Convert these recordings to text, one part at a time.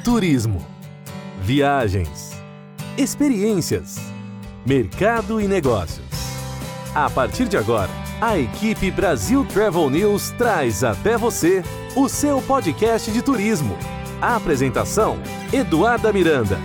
turismo, viagens, experiências, mercado e negócios. A partir de agora, a equipe Brasil Travel News traz até você o seu podcast de turismo. A apresentação, Eduarda Miranda.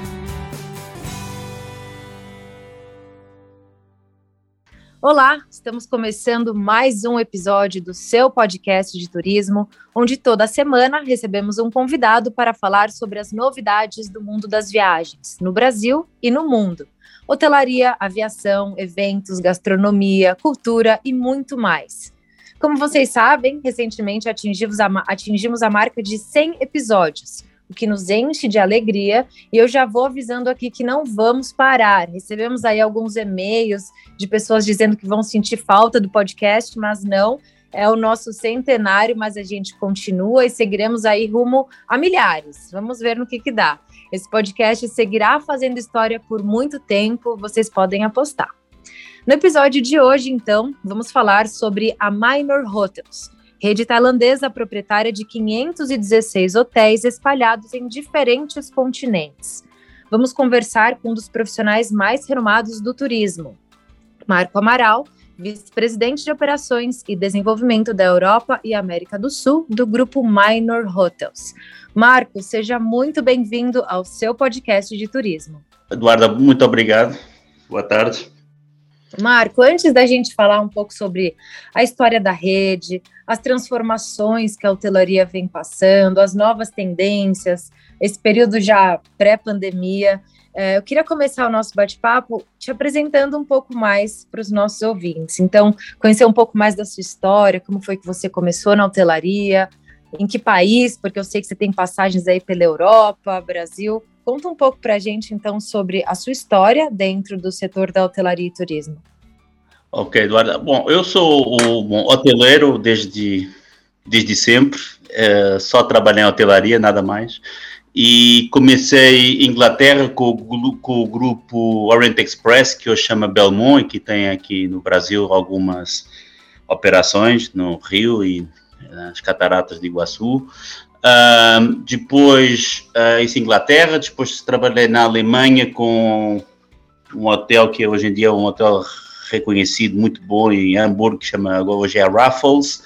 Olá, estamos começando mais um episódio do seu podcast de turismo, onde toda semana recebemos um convidado para falar sobre as novidades do mundo das viagens, no Brasil e no mundo. Hotelaria, aviação, eventos, gastronomia, cultura e muito mais. Como vocês sabem, recentemente atingimos a marca de 100 episódios, o que nos enche de alegria, e eu já vou avisando aqui que não vamos parar. Recebemos aí alguns e-mails de pessoas dizendo que vão sentir falta do podcast, mas não, é o nosso centenário, mas a gente continua e seguiremos aí rumo a milhares. Vamos ver no que dá. Esse podcast seguirá fazendo história por muito tempo, vocês podem apostar. No episódio de hoje, então, vamos falar sobre a Minor Hotels, rede tailandesa proprietária de 516 hotéis espalhados em diferentes continentes. Vamos conversar com um dos profissionais mais renomados do turismo, Marco Amaral, vice-presidente de operações e desenvolvimento da Europa e América do Sul do grupo Minor Hotels. Marco, seja muito bem-vindo ao seu podcast de turismo. Eduarda, muito obrigado. Boa tarde. Marco, antes da gente falar um pouco sobre a história da rede, as transformações que a hotelaria vem passando, as novas tendências, esse período já pré-pandemia, eu queria começar o nosso bate-papo te apresentando um pouco mais para os nossos ouvintes. Então, conhecer um pouco mais da sua história, como foi que você começou na hotelaria, em que país, porque eu sei que você tem passagens aí pela Europa, Brasil. Conta um pouco para a gente, então, sobre a sua história dentro do setor da hotelaria e turismo. Ok, Eduardo. Bom, eu sou hoteleiro desde sempre, só trabalhei em hotelaria, nada mais. E comecei em Inglaterra com o grupo Orient Express, que hoje chama Belmont, e que tem aqui no Brasil algumas operações no Rio e nas Cataratas de Iguaçu. Depois, isso em Inglaterra, depois trabalhei na Alemanha com um hotel que hoje em dia é um hotel reconhecido, muito bom, em Hamburgo, que hoje é a Raffles.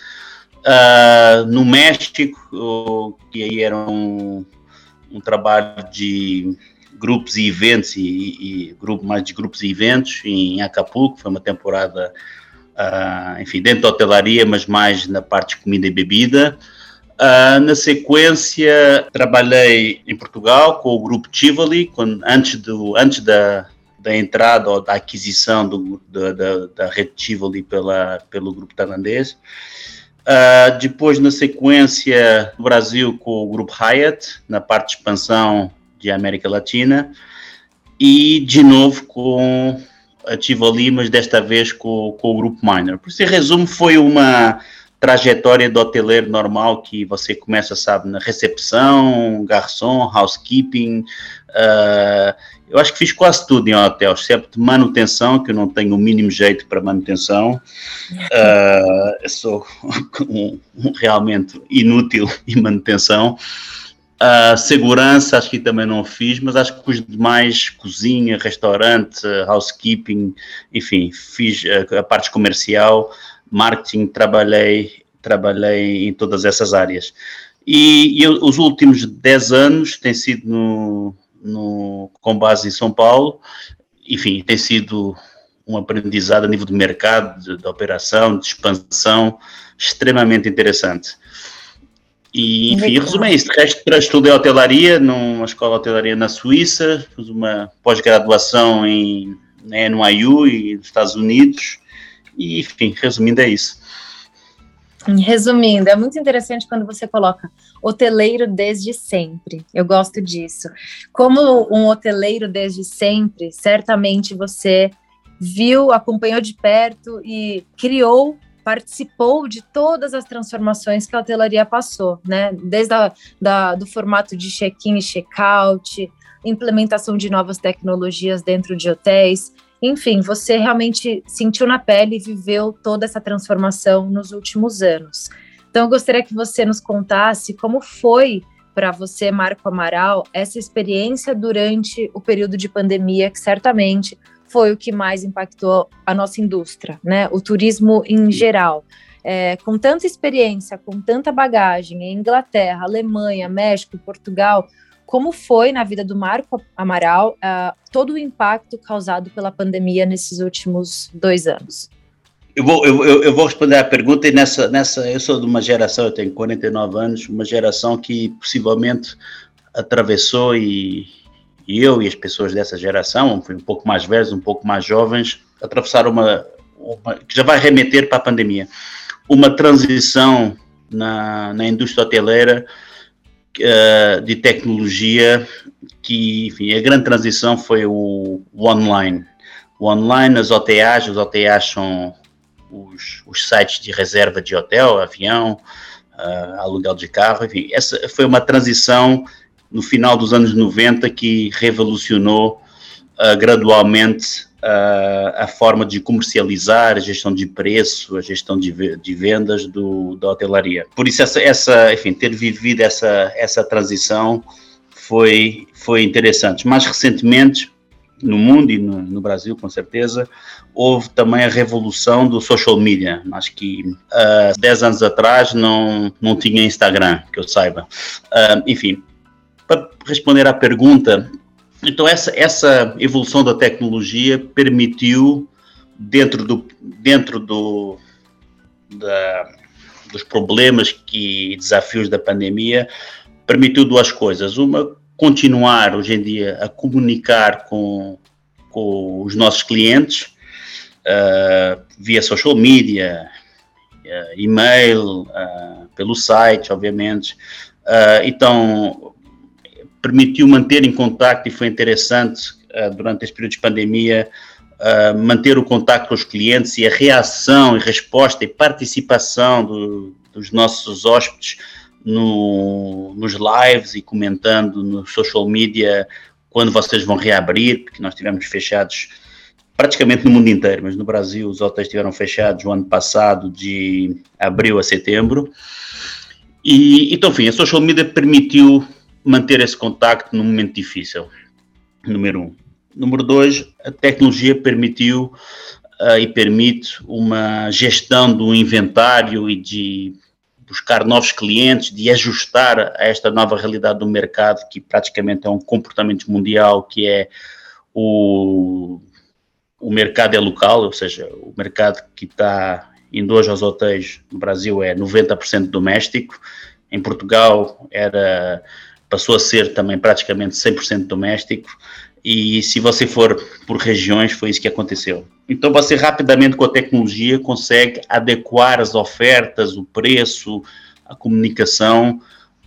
No México, que aí era um trabalho de grupos e eventos, mais de grupos e eventos, em Acapulco, foi uma temporada, enfim, dentro da hotelaria, mas mais na parte de comida e bebida. Na sequência, trabalhei em Portugal com o grupo Tivoli, antes da entrada ou da aquisição da rede Tivoli pelo grupo tailandês. Depois, na sequência, no Brasil com o grupo Hyatt, na parte de expansão de América Latina, e de novo com a Tivoli, mas desta vez com o grupo Minor. Por isso, em resumo, foi uma trajetória de hoteleiro normal que você começa, sabe, na recepção, garçom, housekeeping. Eu acho que fiz quase tudo em hotel, exceto de manutenção, que eu não tenho o mínimo jeito para manutenção. Eu sou realmente inútil em manutenção. Segurança, acho que também não fiz, mas acho que os demais, cozinha, restaurante, housekeeping, enfim, fiz a parte comercial, marketing, trabalhei em todas essas áreas. E os últimos 10 anos têm sido com base em São Paulo. Enfim, tem sido um aprendizado a nível de mercado, de operação, de expansão, extremamente interessante. E, enfim, resumo é isso. De resto, estudei hotelaria numa escola de hotelaria na Suíça, fiz uma pós-graduação na NYU e nos Estados Unidos. E, enfim, resumindo, é isso. Resumindo, é muito interessante quando você coloca hoteleiro desde sempre. Eu gosto disso. Como um hoteleiro desde sempre, certamente você viu, acompanhou de perto e participou de todas as transformações que a hotelaria passou, né? Desde do formato de check-in e check-out, implementação de novas tecnologias dentro de hotéis. Enfim, você realmente sentiu na pele e viveu toda essa transformação nos últimos anos. Então, eu gostaria que você nos contasse como foi para você, Marco Amaral, essa experiência durante o período de pandemia, que certamente foi o que mais impactou a nossa indústria, né? O turismo em geral. Com tanta experiência, com tanta bagagem em Inglaterra, Alemanha, México, Portugal, como foi na vida do Marco Amaral todo o impacto causado pela pandemia nesses últimos 2 anos? Eu vou responder à pergunta, e eu sou de uma geração, eu tenho 49 anos, uma geração que possivelmente atravessou, e eu e as pessoas dessa geração, um pouco mais velhos, um pouco mais jovens, atravessaram uma que já vai remeter para a pandemia, uma transição na indústria hoteleira de tecnologia, que, enfim, a grande transição foi o online. O online, as OTAs são os sites de reserva de hotel, avião, aluguel de carro, enfim, essa foi uma transição no final dos anos 90 que revolucionou gradualmente a forma de comercializar, a gestão de preço, a gestão de vendas da hotelaria. Por isso, enfim, ter vivido essa transição foi interessante. Mais recentemente, no mundo e no Brasil, com certeza, houve também a revolução do social media. Acho que 10 anos atrás não tinha Instagram, que eu saiba. Enfim, para responder à pergunta, então essa evolução da tecnologia permitiu, dentro dos problemas e desafios da pandemia, permitiu 2 coisas. Uma, continuar hoje em dia a comunicar com os nossos clientes via social media, e-mail, pelo site, obviamente. Então, permitiu manter em contacto, e foi interessante durante este período de pandemia manter o contacto com os clientes, e a reação e resposta e participação dos nossos hóspedes nos lives e comentando no social media quando vocês vão reabrir, porque nós estivemos fechados praticamente no mundo inteiro, mas no Brasil os hotéis estiveram fechados o ano passado, de abril a setembro. E então, enfim, a social media permitiu manter esse contacto num momento difícil, número 1. Número 2, a tecnologia permitiu e permite uma gestão do inventário e de buscar novos clientes, de ajustar a esta nova realidade do mercado, que praticamente é um comportamento mundial, que é o mercado é local, ou seja, o mercado que está indo hoje aos hotéis no Brasil é 90% doméstico. Em Portugal passou a ser também praticamente 100% doméstico, e se você for por regiões, foi isso que aconteceu. Então você rapidamente, com a tecnologia, consegue adequar as ofertas, o preço, a comunicação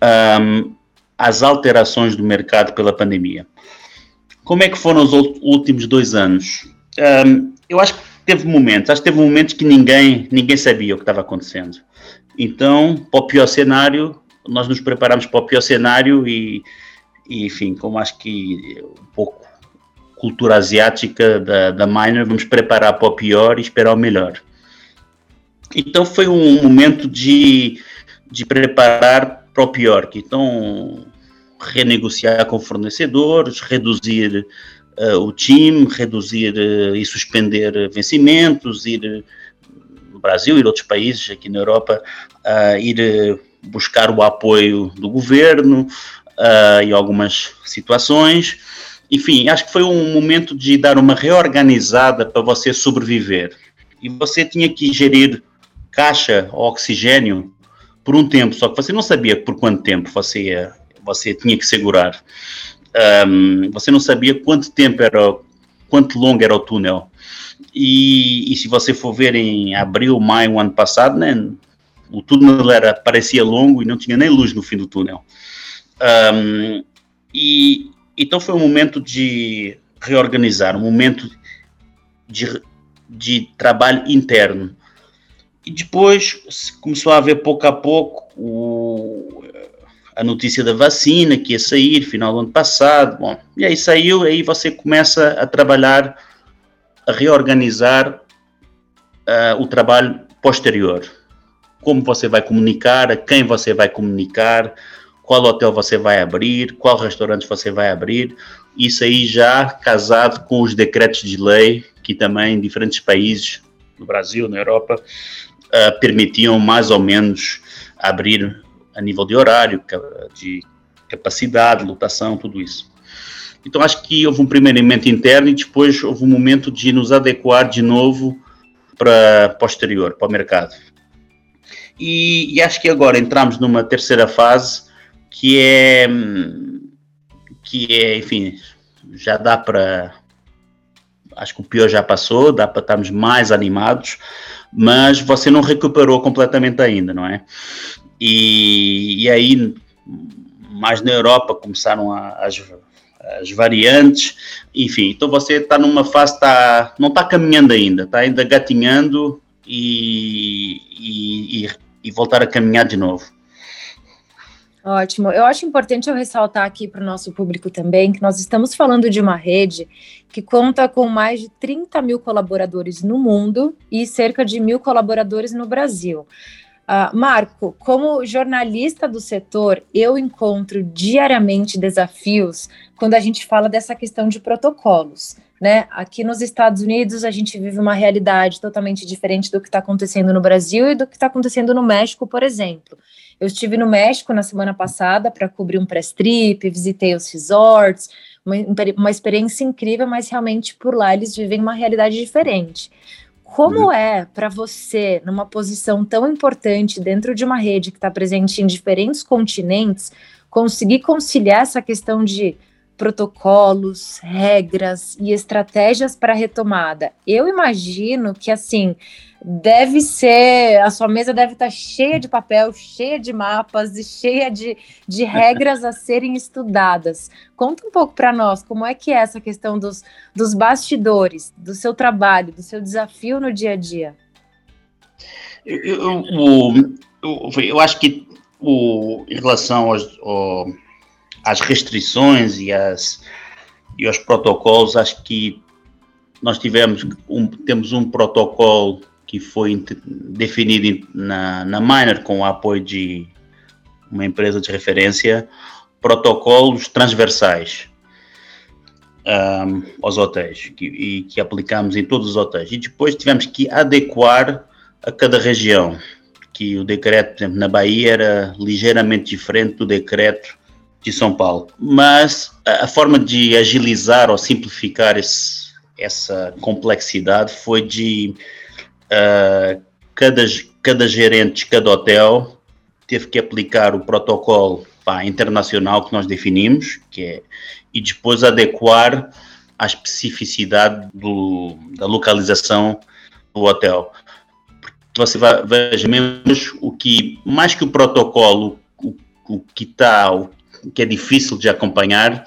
às alterações do mercado pela pandemia. Como é que foram os últimos 2 anos? Eu acho que teve momentos que ninguém sabia o que estava acontecendo. Então, para o pior cenário, nós nos preparamos para o pior cenário e enfim, como acho que um pouco cultura asiática da Minor, vamos preparar para o pior e esperar o melhor. Então foi um momento de preparar para o pior, que então renegociar com fornecedores, reduzir o time, reduzir e suspender vencimentos, ir no Brasil, ir a outros países aqui na Europa, ir buscar o apoio do governo em algumas situações. Enfim, acho que foi um momento de dar uma reorganizada para você sobreviver. E você tinha que gerir caixa ou oxigênio por um tempo, só que você não sabia por quanto tempo você tinha que segurar. Você não sabia quanto longo era o túnel. E se você for ver em abril, maio, ano passado, né, o túnel parecia longo e não tinha nem luz no fim do túnel. Então foi um momento de reorganizar, um momento de trabalho interno. E depois começou a haver pouco a pouco a notícia da vacina que ia sair final do ano passado. Bom, e aí saiu, aí você começa a trabalhar, a reorganizar o trabalho posterior. Como você vai comunicar, a quem você vai comunicar, qual hotel você vai abrir, qual restaurante você vai abrir, isso aí já casado com os decretos de lei que também em diferentes países, no Brasil, na Europa, permitiam mais ou menos abrir a nível de horário, de capacidade, lotação, tudo isso. Então acho que houve um primeiro momento interno e depois houve um momento de nos adequar de novo para o exterior, para o mercado. E acho que agora entramos numa terceira fase que é, enfim, já dá para, acho que o pior já passou, dá para estarmos mais animados, mas você não recuperou completamente ainda, não é? E aí, mais na Europa, começaram as variantes, enfim, então você está numa fase, não está caminhando ainda, está ainda gatinhando e voltar a caminhar de novo. Ótimo. Eu acho importante eu ressaltar aqui para o nosso público também que nós estamos falando de uma rede que conta com mais de 30 mil colaboradores no mundo e cerca de 1.000 colaboradores no Brasil. Marco, como jornalista do setor, eu encontro diariamente desafios quando a gente fala dessa questão de protocolos, né? Aqui nos Estados Unidos, a gente vive uma realidade totalmente diferente do que está acontecendo no Brasil e do que está acontecendo no México, por exemplo. Eu estive no México na semana passada para cobrir um press trip, visitei os resorts, uma experiência incrível, mas realmente por lá eles vivem uma realidade diferente. Como é para você, numa posição tão importante dentro de uma rede que está presente em diferentes continentes, conseguir conciliar essa questão de protocolos, regras e estratégias para a retomada? Eu imagino que, assim, deve ser, a sua mesa deve estar cheia de papel, cheia de mapas e cheia de regras a serem estudadas. Conta um pouco para nós, como é que é essa questão dos bastidores, do seu trabalho, do seu desafio no dia a dia? Eu acho que em relação às restrições e aos protocolos, acho que nós temos um protocolo que foi definido na Minor com o apoio de uma empresa de referência, protocolos transversais aos hotéis, que aplicamos em todos os hotéis. E depois tivemos que adequar a cada região, que o decreto, por exemplo, na Bahia era ligeiramente diferente do decreto de São Paulo. Mas a forma de agilizar ou simplificar essa complexidade foi de cada gerente de cada hotel teve que aplicar o protocolo internacional que nós definimos, e depois adequar à especificidade da localização do hotel. Você veja mesmo mais que o protocolo, o que é difícil de acompanhar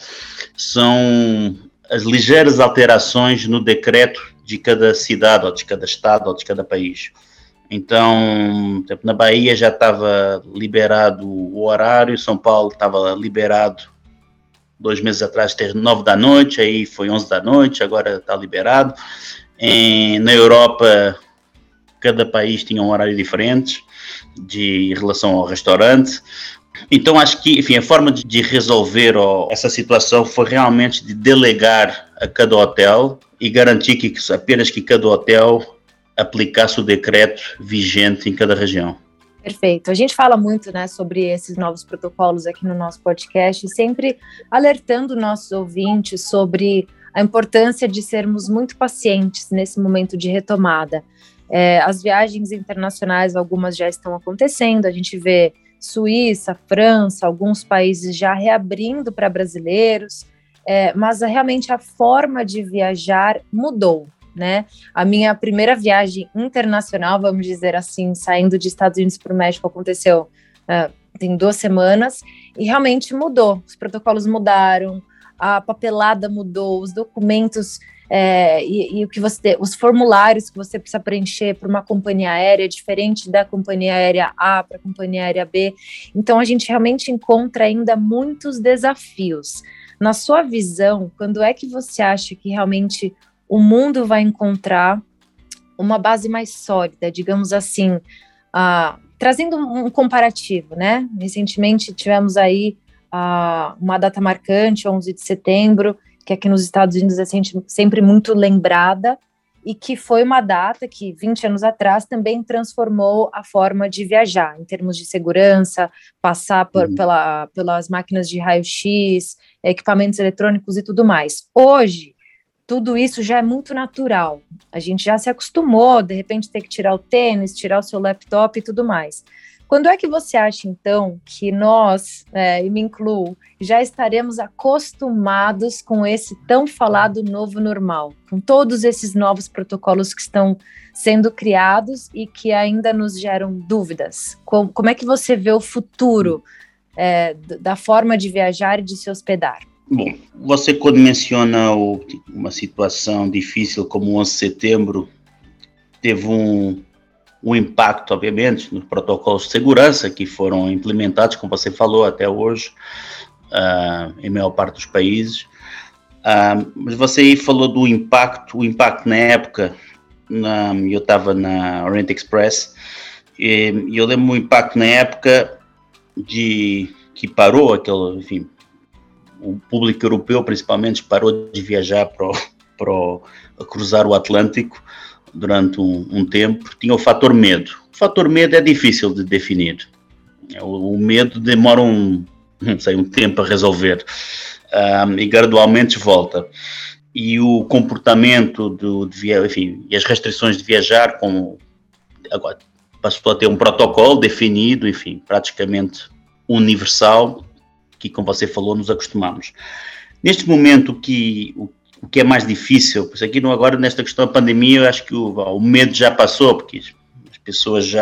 são as ligeiras alterações no decreto de cada cidade, ou de cada estado, ou de cada país. Então, na Bahia já estava liberado o horário, São Paulo estava liberado 2 meses atrás, até 9 da noite, aí foi 11 da noite, agora está liberado. Na Europa, cada país tinha um horário diferente em relação ao restaurante. Então, acho que, enfim, a forma de resolver essa situação foi realmente de delegar a cada hotel e garantir que apenas cada hotel aplicasse o decreto vigente em cada região. Perfeito. A gente fala muito, né, sobre esses novos protocolos aqui no nosso podcast, sempre alertando nossos ouvintes sobre a importância de sermos muito pacientes nesse momento de retomada. As viagens internacionais, algumas já estão acontecendo, a gente vê Suíça, França, alguns países já reabrindo para brasileiros, mas realmente a forma de viajar mudou, né? A minha primeira viagem internacional, vamos dizer assim, saindo dos Estados Unidos para o México, aconteceu tem 2 semanas, e realmente mudou, os protocolos mudaram, a papelada mudou, os documentos e o que os formulários que você precisa preencher para uma companhia aérea diferente da companhia aérea A para a companhia aérea B. Então a gente realmente encontra ainda muitos desafios. Na sua visão, quando é que você acha que realmente o mundo vai encontrar uma base mais sólida, digamos assim, trazendo um comparativo, né? Recentemente tivemos aí uma data marcante, 11 de setembro, que aqui nos Estados Unidos é sempre muito lembrada, e que foi uma data que, 20 anos atrás, também transformou a forma de viajar, em termos de segurança, passar pelas máquinas de raio-x, equipamentos eletrônicos e tudo mais. Hoje, tudo isso já é muito natural. A gente já se acostumou, de repente, ter que tirar o tênis, tirar o seu laptop e tudo mais. Quando é que você acha, então, que nós, e me incluo, já estaremos acostumados com esse tão falado novo normal, com todos esses novos protocolos que estão sendo criados e que ainda nos geram dúvidas? Como é que você vê o futuro da forma de viajar e de se hospedar? Bom, você quando menciona uma situação difícil como o 11 de setembro, teve um impacto, obviamente, nos protocolos de segurança que foram implementados, como você falou, até hoje, em maior parte dos países. Mas você aí falou do impacto, o impacto na época, eu estava na Orient Express, e eu lembro o impacto na época que parou enfim, o público europeu, principalmente, parou de viajar para cruzar o Atlântico durante um tempo. Tinha o fator medo. O fator medo é difícil de definir. O medo demora um tempo a resolver, e gradualmente volta. E o comportamento enfim, e as restrições de viajar, agora passou a ter um protocolo definido, enfim, praticamente universal, que, como você falou, nos acostumamos. Neste momento, o que é mais difícil, pois aqui agora nesta questão da pandemia, eu acho que o medo já passou, porque as pessoas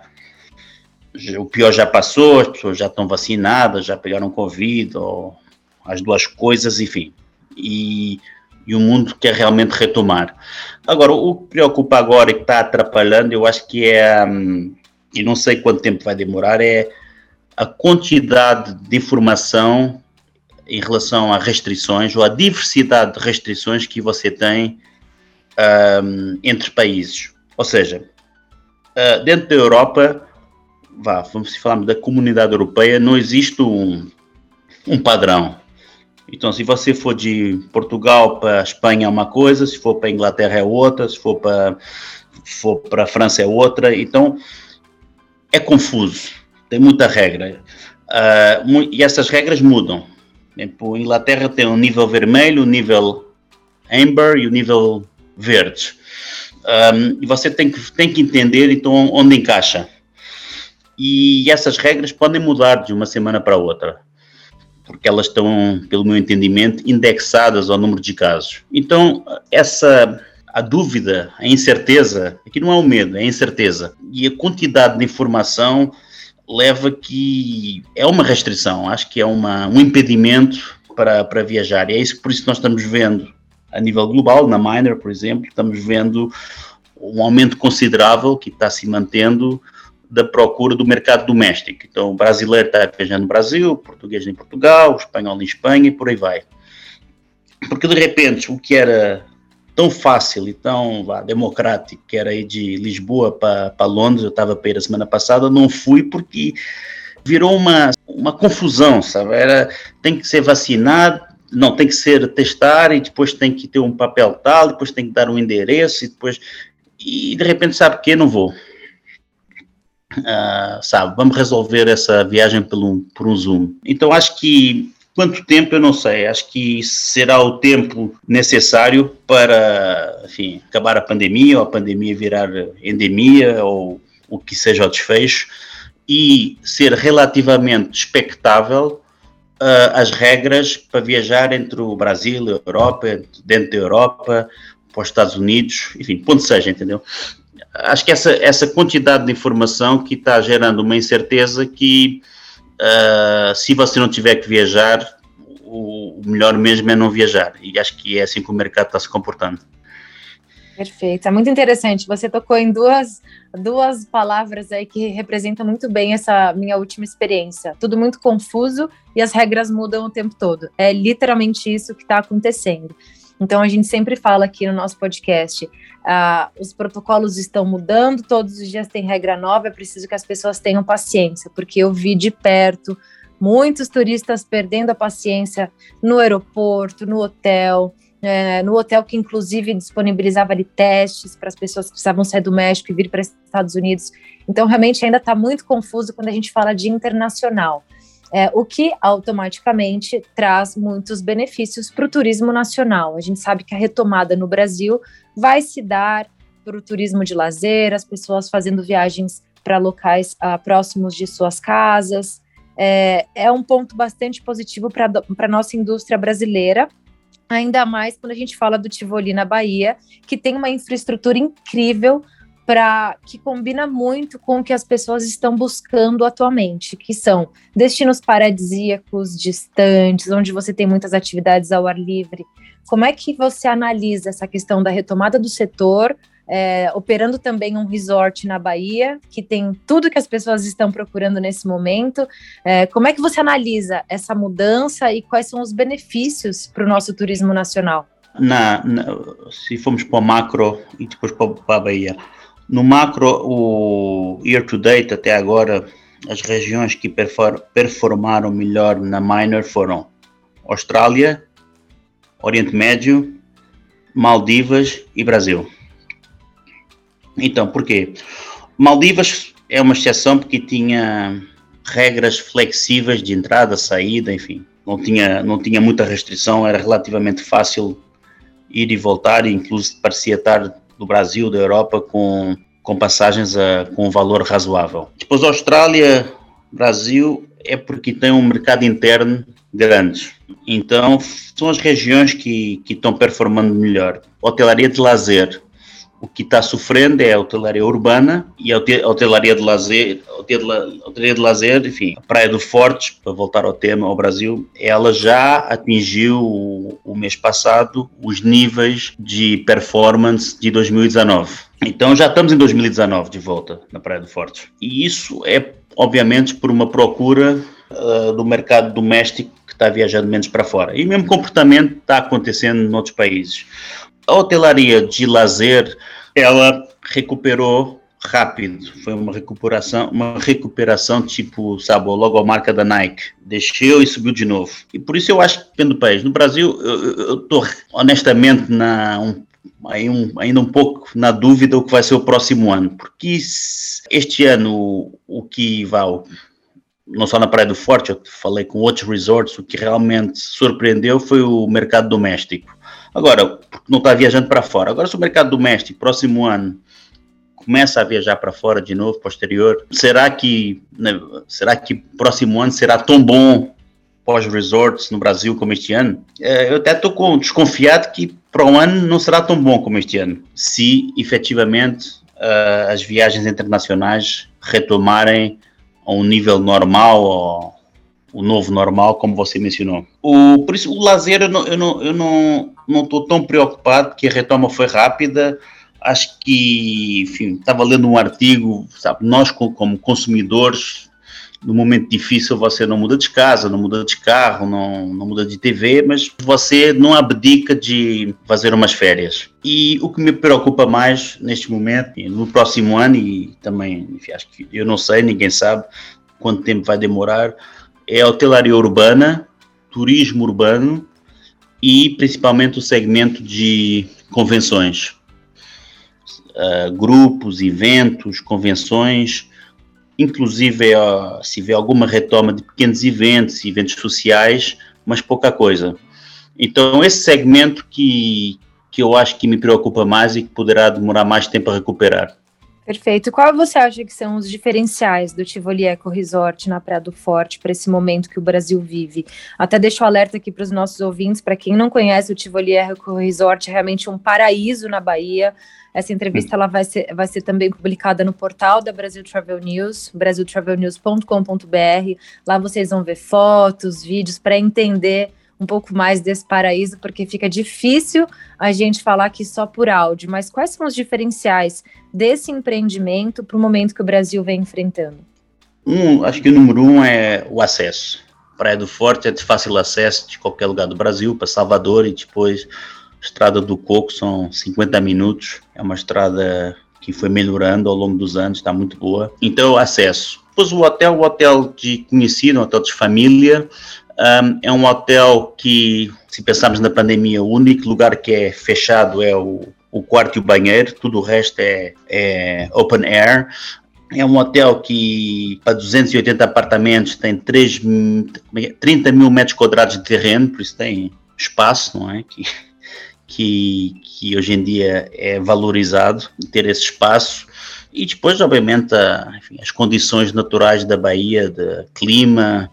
o pior já passou, as pessoas já estão vacinadas, já pegaram Covid, ou as duas coisas, enfim, e o mundo quer realmente retomar. Agora, o que preocupa agora e que está atrapalhando, eu acho que e não sei quanto tempo vai demorar, é a quantidade de informação em relação a restrições, ou a diversidade de restrições que você tem entre países. Ou seja, dentro da Europa, vamos falar da comunidade europeia, não existe um padrão. Então, se você for de Portugal para a Espanha é uma coisa, se for para a Inglaterra é outra, se for para a França é outra. Então, é confuso, tem muita regra. E essas regras mudam. Por exemplo, a Inglaterra tem um nível vermelho, o nível amber e o nível verde. E você tem que entender, então, onde encaixa. E essas regras podem mudar de uma semana para outra, porque elas estão, pelo meu entendimento, indexadas ao número de casos. Então, a dúvida, a incerteza, aqui não é o medo, é a incerteza. E a quantidade de informação leva que é uma restrição, acho que é um impedimento para viajar. E é isso, por isso que nós estamos vendo, a nível global, na Minor, por exemplo, estamos vendo um aumento considerável que está se mantendo da procura do mercado doméstico. Então, o brasileiro está viajando no Brasil, o português em Portugal, o espanhol em Espanha e por aí vai. Porque, de repente, o que era tão fácil e tão democrático, que era ir de Lisboa para Londres, eu estava para ir a semana passada, não fui porque virou uma confusão, sabe? Tem que ser vacinado, não, tem que ser testar e depois tem que ter um papel tal, depois tem que dar um endereço e de repente sabe o quê? Não vou. Vamos resolver essa viagem por um Zoom. Então acho que quanto tempo eu não sei, acho que será o tempo necessário para, enfim, acabar a pandemia ou a pandemia virar endemia ou o que seja o desfecho e ser relativamente expectável as regras para viajar entre o Brasil e a Europa, dentro da Europa, para os Estados Unidos, enfim, onde seja, entendeu? Acho que essa quantidade de informação que está gerando uma incerteza que se você não tiver que viajar, o melhor mesmo é não viajar. E acho que é assim que o mercado está se comportando. Perfeito, é muito interessante. Você tocou em duas palavras aí que representam muito bem essa minha última experiência. Tudo muito confuso e as regras mudam o tempo todo. É literalmente isso que está acontecendo. Então, a gente sempre fala aqui no nosso podcast, os protocolos estão mudando, todos os dias tem regra nova, é preciso que as pessoas tenham paciência, porque eu vi de perto muitos turistas perdendo a paciência no aeroporto, no hotel que inclusive disponibilizava ali testes para as pessoas que precisavam sair do México e vir para os Estados Unidos. Então, realmente ainda está muito confuso quando a gente fala de internacional. O que automaticamente traz muitos benefícios para o turismo nacional. A gente sabe que a retomada no Brasil vai se dar para o turismo de lazer, as pessoas fazendo viagens para locais próximos de suas casas. É um ponto bastante positivo para a nossa indústria brasileira, ainda mais quando a gente fala do Tivoli na Bahia, que tem uma infraestrutura incrível que combina muito com o que as pessoas estão buscando atualmente, que são destinos paradisíacos, distantes, onde você tem muitas atividades ao ar livre. Como é que você analisa essa questão da retomada do setor, operando também um resort na Bahia, que tem tudo que as pessoas estão procurando nesse momento? Como é que você analisa essa mudança e quais são os benefícios para o nosso turismo nacional? Se formos para o macro e depois para a Bahia, no macro, o year to date até agora, as regiões que performaram melhor na minor foram Austrália, Oriente Médio, Maldivas e Brasil. Então, por quê? Maldivas é uma exceção porque tinha regras flexíveis de entrada, saída, enfim. Não tinha muita restrição, era relativamente fácil ir e voltar, e inclusive parecia estar do Brasil, da Europa, com passagens com um valor razoável. Depois, Austrália, Brasil, é porque tem um mercado interno grande. Então, são as regiões que estão performando melhor. Hotelaria de lazer. O que está sofrendo é a hotelaria urbana e a hotelaria de lazer, enfim, a Praia do Forte, para voltar ao tema, ao Brasil, ela já atingiu o mês passado os níveis de performance de 2019. Então já estamos em 2019 de volta na Praia do Forte. E isso é, obviamente, por uma procura do mercado doméstico que está viajando menos para fora. E o mesmo comportamento está acontecendo em outros países. A hotelaria de lazer, ela recuperou rápido. Foi uma recuperação tipo, sabe, a logomarca da Nike. Desceu e subiu de novo. E por isso eu acho que depende do país. No Brasil, eu estou honestamente ainda um pouco na dúvida o que vai ser o próximo ano. Porque este ano, o que vai... Não só na Praia do Forte, eu falei com outros resorts, o que realmente surpreendeu foi o mercado doméstico. Agora, porque não está viajando para fora. Agora, se o mercado doméstico, próximo ano, começa a viajar para fora de novo, posterior, será que próximo ano será tão bom para os resorts no Brasil como este ano? Eu até estou desconfiado que para um ano não será tão bom como este ano, se efetivamente as viagens internacionais retomarem a um nível normal, ou o novo normal, como você mencionou. Por isso, o lazer, eu não estou tão preocupado, porque a retoma foi rápida. Acho que, enfim, estava lendo um artigo, sabe, nós como consumidores, no momento difícil você não muda de casa, não muda de carro, não muda de TV, mas você não abdica de fazer umas férias. E o que me preocupa mais neste momento, no próximo ano, e também, enfim, acho que eu não sei, ninguém sabe quanto tempo vai demorar, é a hotelaria urbana, turismo urbano e principalmente o segmento de convenções. Grupos, eventos, convenções, inclusive se vê alguma retoma de pequenos eventos sociais, mas pouca coisa. Então esse segmento que eu acho que me preocupa mais e que poderá demorar mais tempo a recuperar. Perfeito. Qual você acha que são os diferenciais do Tivoli Eco Resort na Praia do Forte para esse momento que o Brasil vive? Até deixo o alerta aqui para os nossos ouvintes, para quem não conhece, o Tivoli Eco Resort é realmente um paraíso na Bahia. Essa entrevista ela vai ser também publicada no portal da Brasil Travel News, brasiltravelnews.com.br. Lá vocês vão ver fotos, vídeos para entender um pouco mais desse paraíso, porque fica difícil a gente falar aqui só por áudio. Mas quais são os diferenciais desse empreendimento para o momento que o Brasil vem enfrentando? Acho que o número 1 é o acesso. Praia do Forte é de fácil acesso de qualquer lugar do Brasil, para Salvador e depois Estrada do Coco, são 50 minutos, é uma estrada que foi melhorando ao longo dos anos, está muito boa. Então, acesso. Depois o hotel de conhecido, um hotel de família, é um hotel que, se pensarmos na pandemia, o único lugar que é fechado é o quarto e o banheiro, tudo o resto é open air. É um hotel que, para 280 apartamentos, tem 30 mil metros quadrados de terreno, por isso tem espaço, não é? Que hoje em dia é valorizado, ter esse espaço. E depois, obviamente, as condições naturais da Bahia, de clima,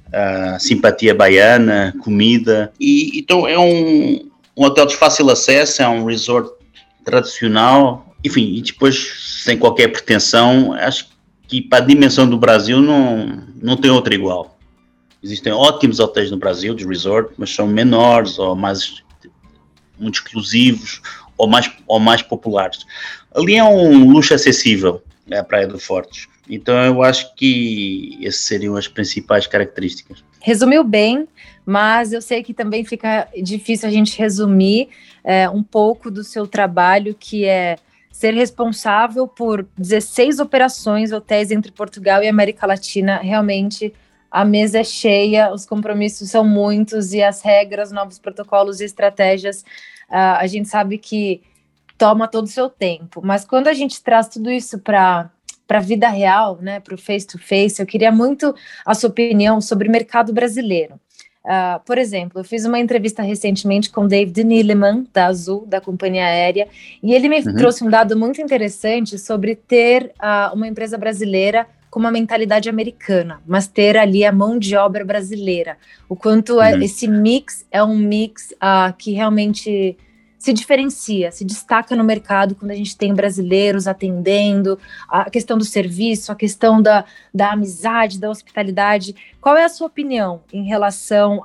a simpatia baiana, comida. Então é um hotel de fácil acesso, é um resort tradicional. Enfim, e depois, sem qualquer pretensão, acho que para a dimensão do Brasil não tem outra igual. Existem ótimos hotéis no Brasil, de resort, mas são menores ou mais muito exclusivos ou mais populares. Ali é um luxo acessível, é a Praia do Forte. Então eu acho que essas seriam as principais características. Resumiu bem, mas eu sei que também fica difícil a gente resumir um pouco do seu trabalho, que é ser responsável por 16 operações, hotéis entre Portugal e América Latina. Realmente a mesa é cheia, os compromissos são muitos e as regras, novos protocolos e estratégias, a gente sabe que toma todo o seu tempo. Mas quando a gente traz tudo isso para a vida real, né, para o face-to-face, eu queria muito a sua opinião sobre o mercado brasileiro. Por exemplo, eu fiz uma entrevista recentemente com o David Neeleman, da Azul, da companhia aérea, e ele me trouxe um dado muito interessante sobre ter uma empresa brasileira com uma mentalidade americana, mas ter ali a mão de obra brasileira. O quanto esse mix é um mix que realmente se diferencia, se destaca no mercado quando a gente tem brasileiros atendendo, a questão do serviço, a questão da amizade, da hospitalidade. Qual é a sua opinião em relação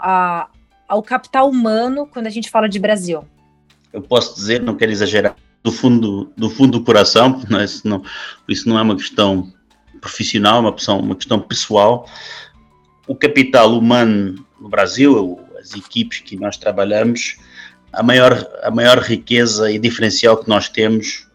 ao capital humano quando a gente fala de Brasil? Eu posso dizer, não quero exagerar, do fundo do coração, isso não é uma questão profissional, uma questão pessoal. O capital humano no Brasil, as equipes que nós trabalhamos, a maior riqueza e diferencial que nós temos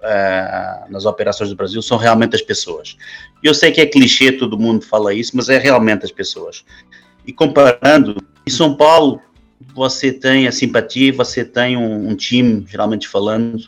nas operações do Brasil são realmente as pessoas. Eu sei que é clichê, todo mundo fala isso, mas é realmente as pessoas. E comparando, em São Paulo, você tem a simpatia, você tem um time, geralmente falando,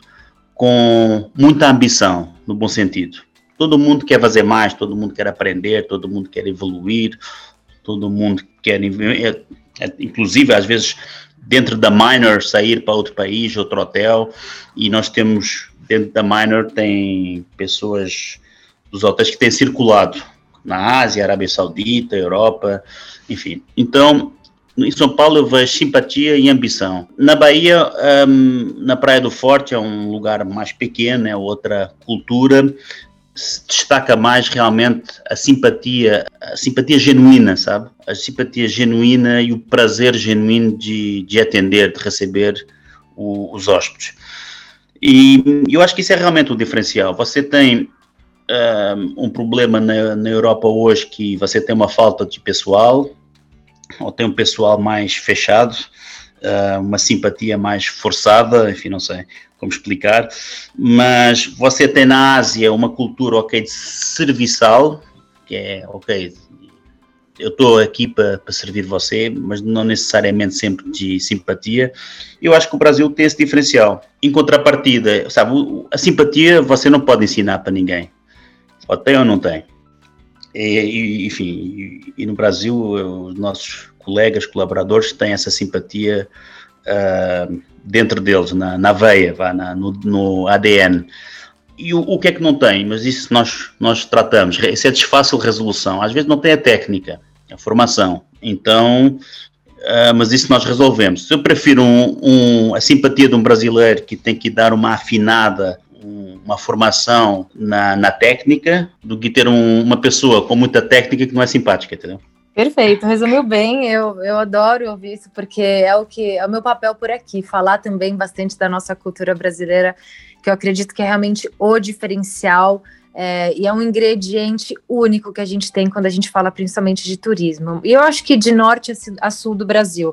com muita ambição, no bom sentido. Todo mundo quer fazer mais, todo mundo quer aprender, todo mundo quer evoluir, todo mundo quer, inclusive, às vezes, dentro da Minor, sair para outro país, outro hotel, e nós temos, dentro da Minor, tem pessoas dos hotéis que têm circulado na Ásia, Arábia Saudita, Europa, enfim. Então, em São Paulo eu vejo simpatia e ambição. Na Bahia, na Praia do Forte, é um lugar mais pequeno, é outra cultura, se destaca mais realmente a simpatia genuína, sabe? A simpatia genuína e o prazer genuíno de atender, de receber os hóspedes. E eu acho que isso é realmente o diferencial. Você tem um problema na Europa hoje, que você tem uma falta de pessoal, ou tem um pessoal mais fechado, uma simpatia mais forçada, enfim, não sei como explicar, mas você tem na Ásia uma cultura, de serviçal, que é, eu estou aqui para servir você, mas não necessariamente sempre de simpatia. Eu acho que o Brasil tem esse diferencial. Em contrapartida, sabe, a simpatia você não pode ensinar para ninguém. Ou tem ou não tem. Enfim, no Brasil, os nossos colegas, colaboradores têm essa simpatia dentro deles, na veia, no ADN. E o que é que não tem? Mas isso nós tratamos. Isso é de fácil resolução. Às vezes não tem a técnica, a formação. Então, mas isso nós resolvemos. Eu prefiro a simpatia de um brasileiro que tem que dar uma afinada, uma formação na técnica, do que ter uma pessoa com muita técnica que não é simpática, entendeu? Perfeito, resumiu bem. Eu adoro ouvir isso, porque é o meu papel por aqui, falar também bastante da nossa cultura brasileira, que eu acredito que é realmente o diferencial, e é um ingrediente único que a gente tem quando a gente fala principalmente de turismo. E eu acho que de norte a sul do Brasil,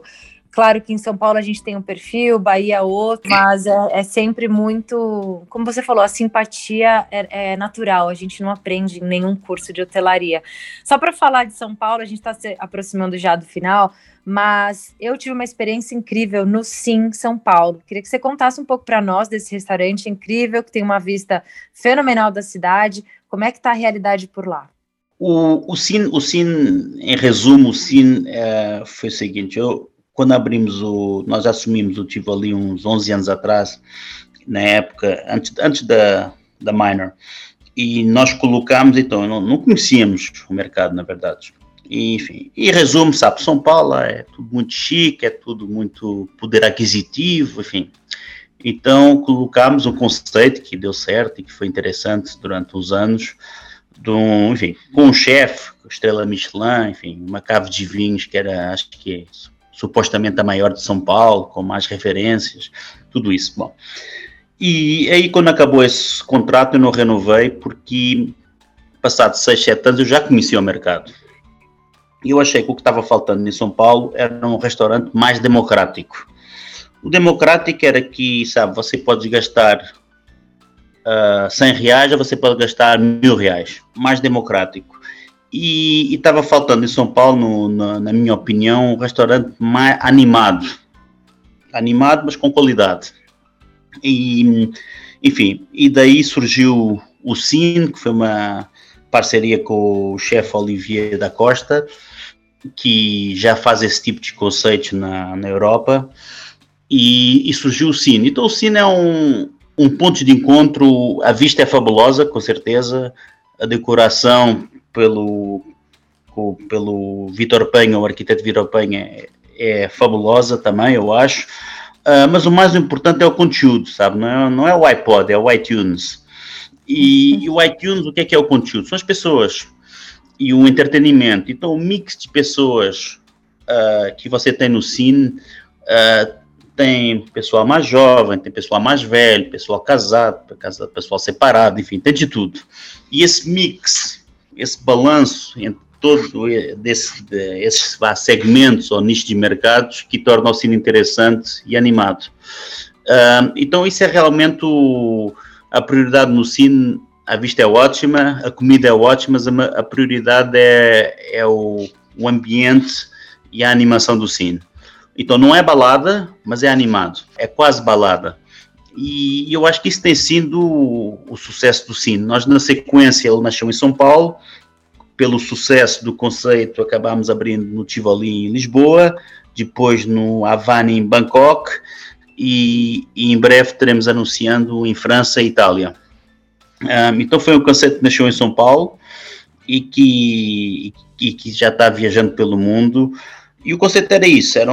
Claro que em São Paulo a gente tem um perfil, Bahia outro, mas é sempre muito, como você falou, a simpatia é natural, a gente não aprende em nenhum curso de hotelaria. Só para falar de São Paulo, a gente está se aproximando já do final, mas eu tive uma experiência incrível no Sim São Paulo. Queria que você contasse um pouco para nós desse restaurante incrível, que tem uma vista fenomenal da cidade. Como é que está a realidade por lá? O Sim, em resumo, o Sim foi o seguinte, quando nós assumimos o Tivoli uns 11 anos atrás, na época, antes da Minor, e nós colocámos, então, não conhecíamos o mercado, na verdade. E, enfim, em resumo, sabe, São Paulo é tudo muito chique, é tudo muito poder aquisitivo, enfim. Então, colocámos um conceito que deu certo e que foi interessante durante uns anos, enfim, com um chefe, estrela Michelin, enfim, uma cave de vinhos que era, acho que supostamente a maior de São Paulo, com mais referências, tudo isso. Bom, e aí quando acabou esse contrato eu não renovei, porque passados 6, 7 anos eu já conhecia o mercado. E eu achei que o que estava faltando em São Paulo era um restaurante mais democrático. O democrático era que, sabe, você pode gastar R$100, você pode gastar R$1.000, mais democrático. E estava faltando em São Paulo, na minha opinião, um restaurante mais animado, mas com qualidade. E, enfim, e daí surgiu o Cine, que foi uma parceria com o chefe Olivier da Costa, que já faz esse tipo de conceitos na Europa, e surgiu o Cine. Então o Cine é um ponto de encontro, a vista é fabulosa, com certeza, a decoração pelo Vítor Penha, o arquiteto Vítor Penha, é fabulosa também, eu acho, mas o mais importante é o conteúdo, sabe, não é o iPod, é o iTunes, e o iTunes, o que é o conteúdo? São as pessoas e o entretenimento. Então o mix de pessoas que você tem no Cine, tem pessoal mais jovem, tem pessoal mais velho, pessoal casado, pessoal separado, enfim, tem de tudo. E esse mix, esse balanço entre todos esses segmentos ou nichos de mercados que tornam o Cine interessante e animado. Então isso é realmente a prioridade no Cine. A vista é ótima, a comida é ótima, mas a prioridade é o ambiente e a animação do Cine. Então não é balada, mas é animado, é quase balada. E eu acho que isso tem sido o sucesso do Cine. Nós, na sequência, ele nasceu em São Paulo, pelo sucesso do conceito acabámos abrindo no Tivoli em Lisboa, depois no Havana em Bangkok, e em breve teremos anunciando em França e Itália. Então foi um conceito que nasceu em São Paulo e que já está viajando pelo mundo. E o conceito era isso, era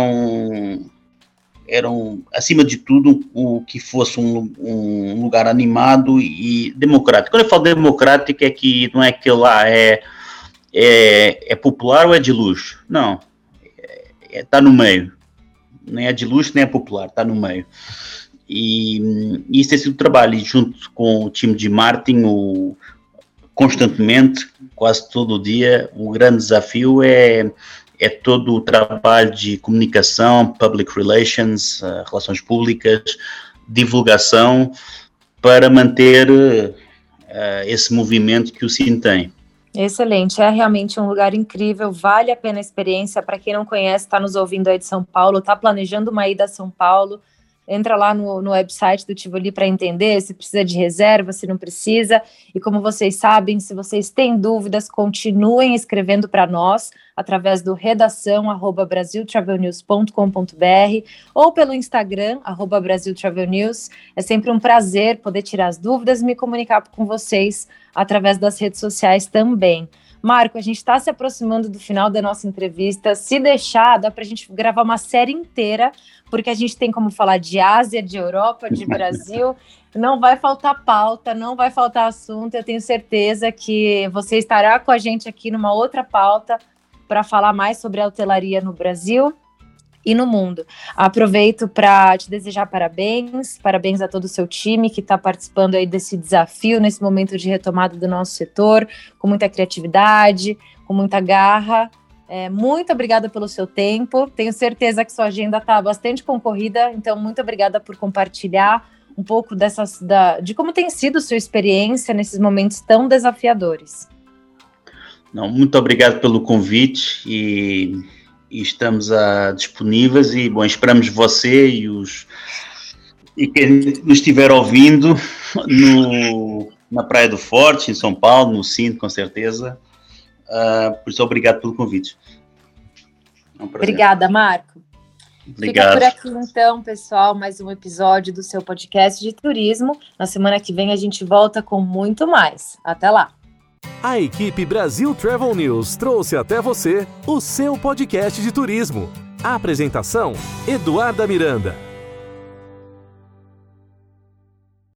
acima de tudo, o que fosse um lugar animado e democrático. Quando eu falo democrático é que não é que lá é popular ou é de luxo. Não, está no meio. Nem é de luxo, nem é popular, está no meio. E isso tem sido o trabalho, e junto com o time de marketing, constantemente, quase todo o dia, o grande desafio é todo o trabalho de comunicação, public relations, relações públicas, divulgação, para manter esse movimento que o Cine tem. Excelente, é realmente um lugar incrível, vale a pena a experiência. Para quem não conhece, está nos ouvindo aí de São Paulo, está planejando uma ida a São Paulo, entra lá no website do Tivoli para entender se precisa de reserva, se não precisa. E como vocês sabem, se vocês têm dúvidas, continuem escrevendo para nós através do redação@brasiltravelnews.com.br ou pelo Instagram, @brasiltravelnews. É sempre um prazer poder tirar as dúvidas e me comunicar com vocês através das redes sociais também. Marco, a gente está se aproximando do final da nossa entrevista. Se deixar, dá para a gente gravar uma série inteira, porque a gente tem como falar de Ásia, de Europa, de Brasil. Não vai faltar pauta, não vai faltar assunto. Eu tenho certeza que você estará com a gente aqui numa outra pauta para falar mais sobre a hotelaria no Brasil e no mundo. Aproveito para te desejar parabéns a todo o seu time que está participando aí desse desafio, nesse momento de retomada do nosso setor, com muita criatividade, com muita garra, Muito obrigada pelo seu tempo. Tenho certeza que sua agenda está bastante concorrida, então muito obrigada por compartilhar um pouco de como tem sido sua experiência nesses momentos tão desafiadores. Não, muito obrigado pelo convite e estamos disponíveis e, bom, esperamos você e quem nos estiver ouvindo na Praia do Forte, em São Paulo, no Cinto, com certeza. Por isso, obrigado pelo convite. Obrigada, Marco. Obrigado. Fica por aqui, então, pessoal, mais um episódio do seu podcast de turismo. Na semana que vem a gente volta com muito mais. Até lá! A equipe Brasil Travel News trouxe até você o seu podcast de turismo. A apresentação, Eduarda Miranda.